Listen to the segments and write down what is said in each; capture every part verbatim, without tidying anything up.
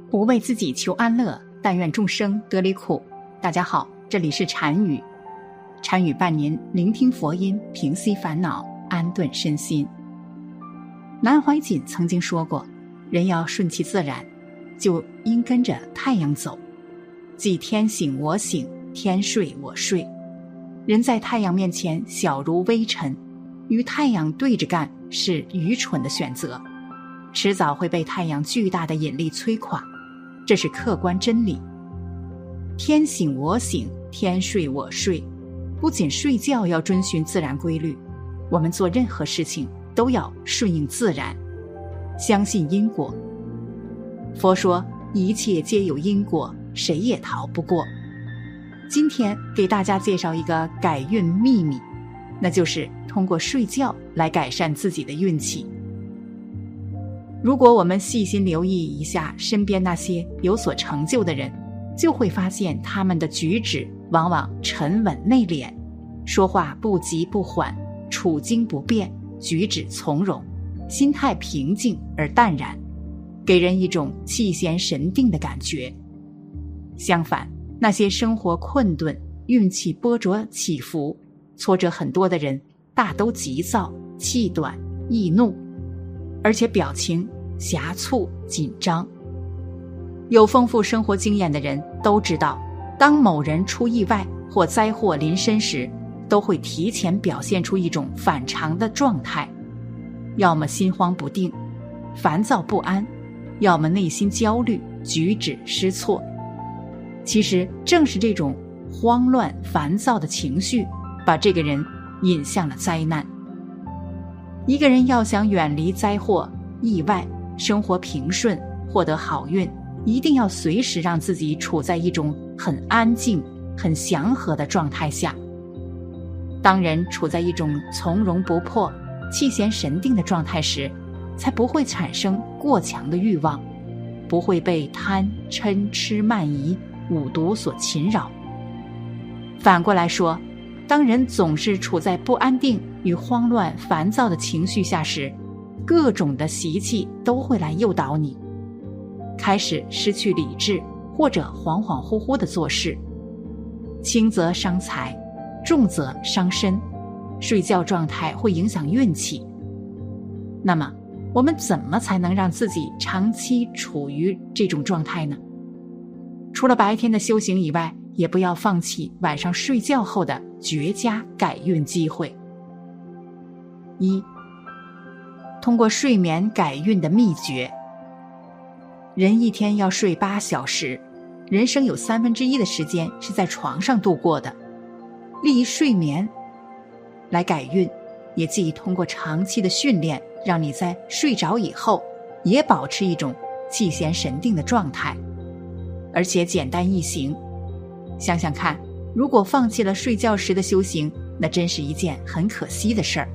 不为自己求安乐，但愿众生得离苦。大家好，这里是禅语，禅语伴您聆听佛音，平息烦恼，安顿身心。南怀瑾曾经说过，人要顺其自然，就应跟着太阳走，即天醒我醒，天睡我睡。人在太阳面前小如微尘，与太阳对着干是愚蠢的选择，迟早会被太阳巨大的引力摧垮，这是客观真理。天醒我醒，天睡我睡，不仅睡觉要遵循自然规律，我们做任何事情都要顺应自然，相信因果。佛说一切皆有因果，谁也逃不过。今天给大家介绍一个改运秘密，那就是通过睡觉来改善自己的运气。如果我们细心留意一下身边那些有所成就的人，就会发现他们的举止往往沉稳内敛，说话不急不缓，处境不变，举止从容，心态平静而淡然，给人一种气闲神定的感觉。相反，那些生活困顿、运气波折起伏、挫折很多的人，大都急躁、气短、易怒，而且表情狭促、紧张。有丰富生活经验的人都知道，当某人出意外或灾祸临身时，都会提前表现出一种反常的状态，要么心慌不定、烦躁不安，要么内心焦虑、举止失措。其实正是这种慌乱烦躁的情绪，把这个人引向了灾难。一个人要想远离灾祸、意外，生活平顺，获得好运，一定要随时让自己处在一种很安静、很祥和的状态下。当人处在一种从容不迫、气闲神定的状态时，才不会产生过强的欲望，不会被贪、嗔、痴、慢、疑、五毒所侵扰。反过来说，当人总是处在不安定与慌乱烦躁的情绪下时，各种的习气都会来诱导你，开始失去理智，或者恍恍惚惚地做事，轻则伤财，重则伤身，睡觉状态会影响运气。那么我们怎么才能让自己长期处于这种状态呢？除了白天的修行以外，也不要放弃晚上睡觉后的绝佳改运机会。一、通过睡眠改运的秘诀。人一天要睡八小时，人生有三分之一的时间是在床上度过的。利于睡眠来改运，也即通过长期的训练，让你在睡着以后也保持一种气闲神定的状态，而且简单易行。想想看，如果放弃了睡觉时的修行，那真是一件很可惜的事儿。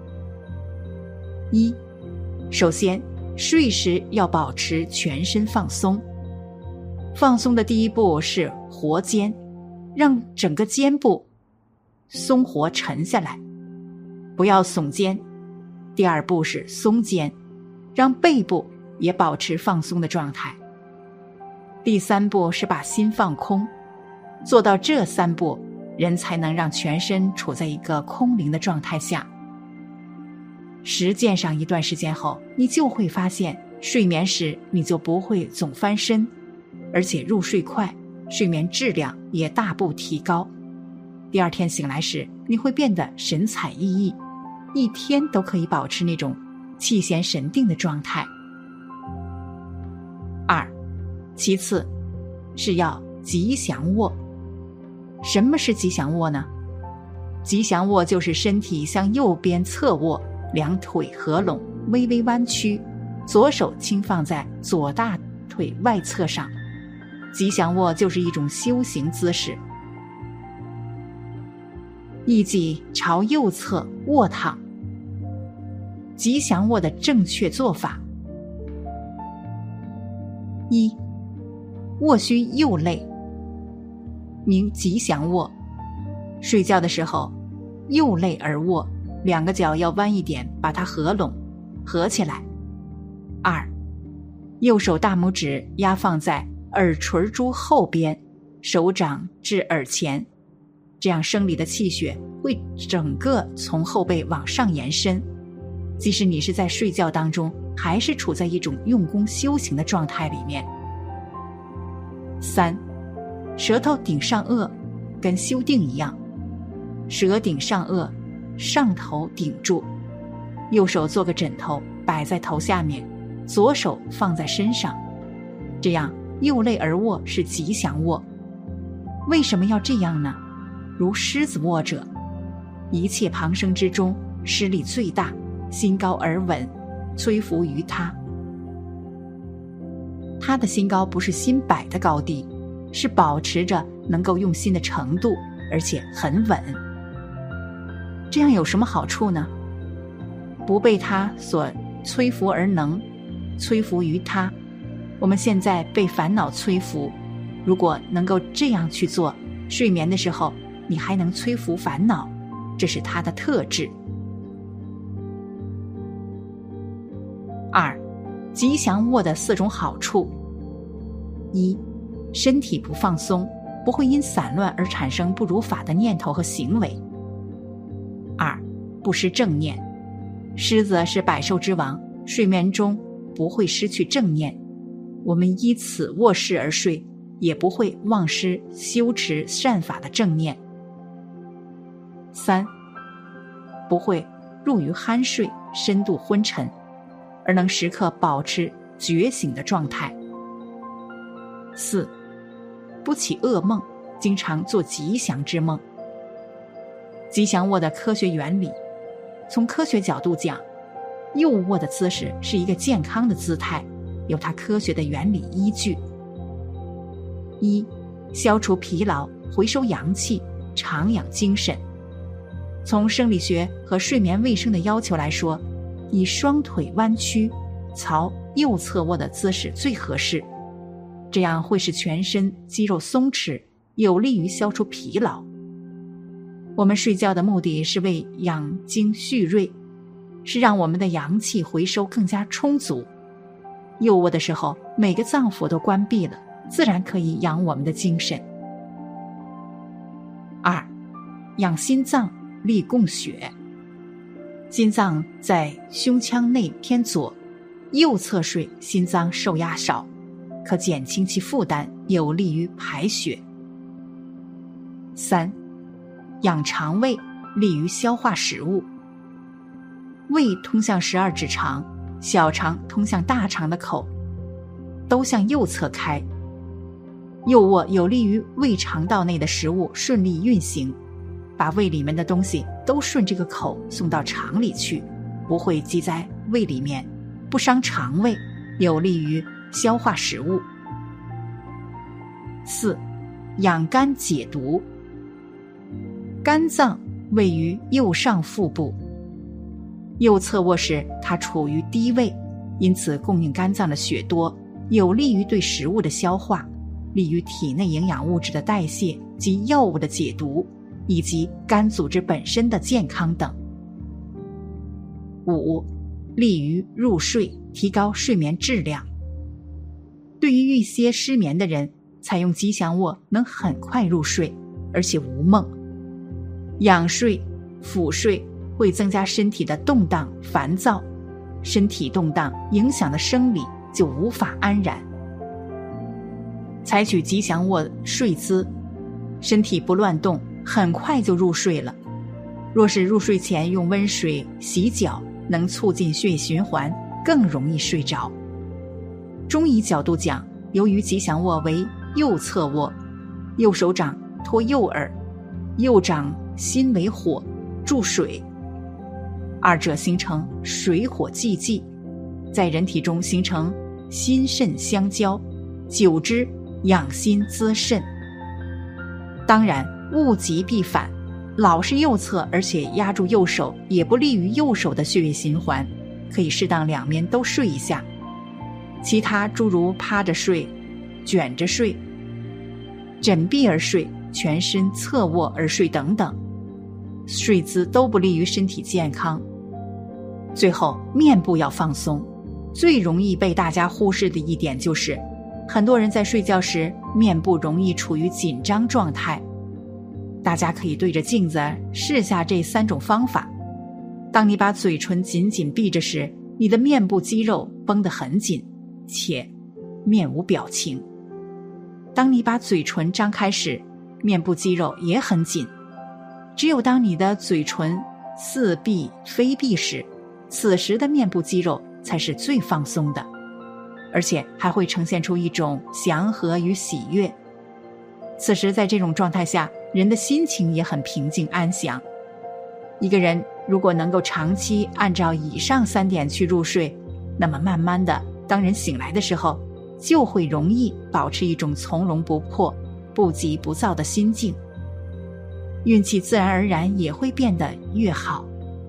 一、首先，睡时要保持全身放松。放松的第一步是活肩，让整个肩部松活沉下来，不要耸肩。第二步是松肩，让背部也保持放松的状态。第三步是把心放空。做到这三步，人才能让全身处在一个空灵的状态下。实践上一段时间后，你就会发现，睡眠时你就不会总翻身，而且入睡快，睡眠质量也大步提高。第二天醒来时，你会变得神采奕奕，一天都可以保持那种气闲神定的状态。二、其次是要吉祥卧。什么是吉祥卧呢？吉祥卧就是身体向右边侧卧，两腿合拢，微微弯曲，左手轻放在左大腿外侧上。吉祥卧就是一种修行姿势，意即朝右侧卧躺。吉祥卧的正确做法：一、卧须右肋，名吉祥卧。睡觉的时候，右肋而卧，两个脚要弯一点，把它合拢，合起来。二、 右手大拇指压放在耳垂珠后边，手掌至耳前，这样生理的气血会整个从后背往上延伸，即使你是在睡觉当中，还是处在一种用功修行的状态里面。三，舌头顶上颚，跟修定一样，舌顶上颚，上头顶住，右手做个枕头摆在头下面，左手放在身上，这样右肋而卧是吉祥卧。为什么要这样呢？如狮子卧者，一切旁生之中，施力最大，心高而稳，摧伏于他。他的心高不是心摆的高低，是保持着能够用心的程度，而且很稳。这样有什么好处呢？不被他所摧伏而能，摧伏于他。我们现在被烦恼摧伏，如果能够这样去做，睡眠的时候你还能摧伏烦恼，这是它的特质。二，吉祥卧的四种好处。一，身体不放松，不会因散乱而产生不如法的念头和行为。二，不失正念。狮子是百兽之王，睡眠中不会失去正念，我们依此卧室而睡，也不会忘失修持善法的正念。三，不会入于酣睡，深度昏沉，而能时刻保持觉醒的状态。四，不起噩梦，经常做吉祥之梦。吉祥卧的科学原理，从科学角度讲，右卧的姿势是一个健康的姿态，有它科学的原理依据。一，消除疲劳，回收阳气，长养精神。从生理学和睡眠卫生的要求来说，以双腿弯曲，朝右侧卧的姿势最合适，这样会使全身肌肉松弛，有利于消除疲劳。我们睡觉的目的是为养精蓄锐，是让我们的阳气回收更加充足。右卧的时候，每个脏腑都关闭了，自然可以养我们的精神。二，养心脏，利供血。心脏在胸腔内偏左，右侧睡，心脏受压少，可减轻其负担，有利于排血。三，养肠胃，利于消化食物。胃通向十二指肠，小肠通向大肠的口，都向右侧开。右卧有利于胃肠道内的食物顺利运行，把胃里面的东西都顺这个口送到肠里去，不会积在胃里面，不伤肠胃，有利于消化食物。四，养肝解毒。肝脏位于右上腹部，右侧卧时它处于低位，因此供应肝脏的血多，有利于对食物的消化，利于体内营养物质的代谢及药物的解毒，以及肝组织本身的健康等。五，利于入睡，提高睡眠质量。对于一些失眠的人，采用吉祥卧能很快入睡，而且无梦。仰睡、俯睡会增加身体的动荡烦躁，身体动荡影响的生理就无法安然。采取吉祥卧睡姿，身体不乱动，很快就入睡了。若是入睡前用温水洗脚，能促进血液循环，更容易睡着。中医角度讲，由于吉祥卧为右侧卧，右手掌托右耳，右掌心为火，注水，二者形成水火既济，在人体中形成心肾相交，久之养心滋肾。当然物极必反，老是右侧而且压住右手，也不利于右手的血液循环，可以适当两面都睡一下。其他诸如趴着睡、卷着睡、枕壁而睡、全身侧卧而睡等等，睡姿都不利于身体健康。最后面部要放松， 最容易被大家忽视的一点就是，很多人在睡觉时面部容易处于紧张状态。大家可以对着镜子试下这三种方法。当你把嘴唇紧紧闭着时，你的面部肌肉绷得很紧，且面无表情。当你把嘴唇张开时，面部肌肉也很紧。只有当你的嘴唇似闭非闭时，此时的面部肌肉才是最放松的，而且还会呈现出一种祥和与喜悦。此时在这种状态下，人的心情也很平静安详。一个人如果能够长期按照以上三点去入睡，那么慢慢的，当人醒来的时候，就会容易保持一种从容不迫、不急不躁的心境，运气自然而然也会变得越好。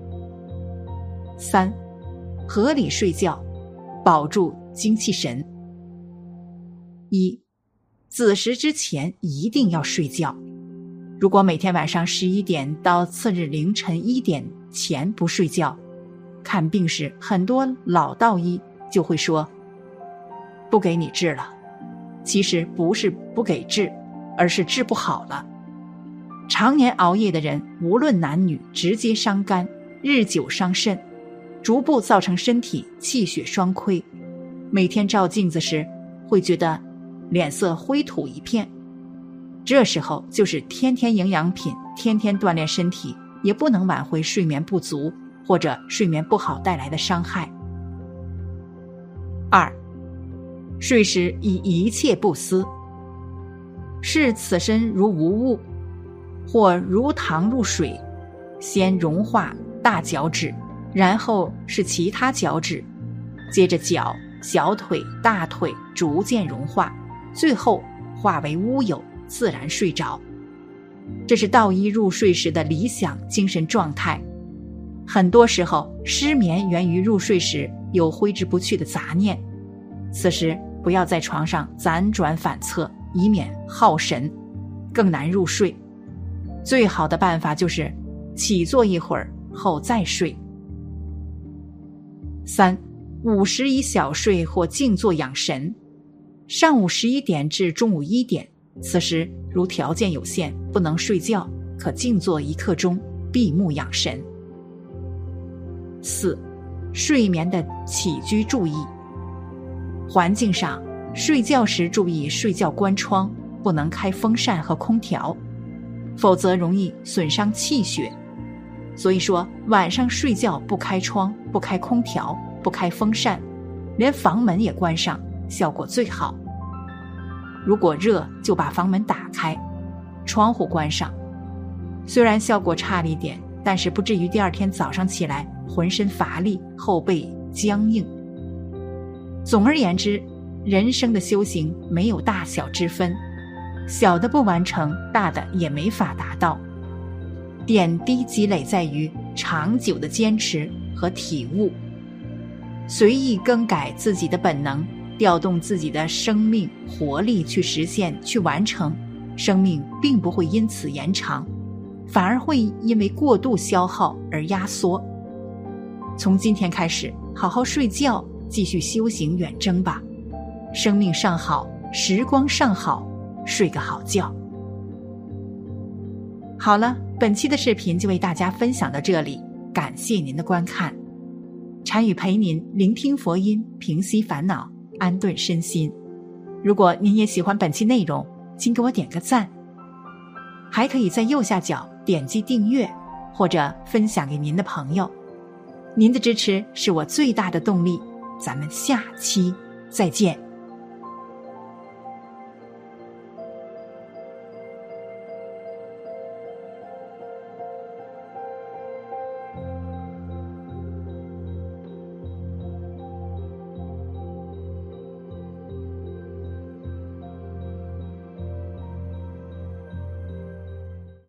三，合理睡觉，保住精气神。一，子时之前一定要睡觉。如果每天晚上十一点到次日凌晨一点前不睡觉，看病时很多老道医就会说不给你治了。其实不是不给治，而是治不好了。常年熬夜的人，无论男女，直接伤肝，日久伤肾，逐步造成身体气血双亏。每天照镜子时会觉得脸色灰土一片，这时候就是天天营养品，天天锻炼身体，也不能挽回睡眠不足或者睡眠不好带来的伤害。二，睡时以一切不思，视此身如无物，或如糖入水，先融化大脚趾，然后是其他脚趾，接着脚、小腿、大腿逐渐融化，最后化为乌有，自然睡着。这是道医入睡时的理想精神状态。很多时候失眠源于入睡时有挥之不去的杂念，此时不要在床上辗转反侧，以免耗神，更难入睡。最好的办法就是起坐一会儿后再睡。三，午时以小睡或静坐养神。上午十一点至中午一点，此时如条件有限不能睡觉，可静坐一刻钟，闭目养神。四，睡眠的起居注意。环境上，睡觉时注意睡觉关窗，不能开风扇和空调，否则容易损伤气血。所以说，晚上睡觉不开窗、不开空调、不开风扇，连房门也关上，效果最好。如果热，就把房门打开，窗户关上。虽然效果差了一点，但是不至于第二天早上起来浑身乏力、后背僵硬。总而言之，人生的修行没有大小之分，小的不完成，大的也没法达到。点滴积累在于长久的坚持和体悟。随意更改自己的本能，调动自己的生命活力去实现、去完成，生命并不会因此延长，反而会因为过度消耗而压缩。从今天开始，好好睡觉，继续修行远征吧。生命尚好，时光尚好，睡个好觉。好了，本期的视频就为大家分享到这里，感谢您的观看。禅语陪您聆听佛音，平息烦恼，安顿身心。如果您也喜欢本期内容，请给我点个赞，还可以在右下角点击订阅，或者分享给您的朋友。您的支持是我最大的动力。咱们下期再见。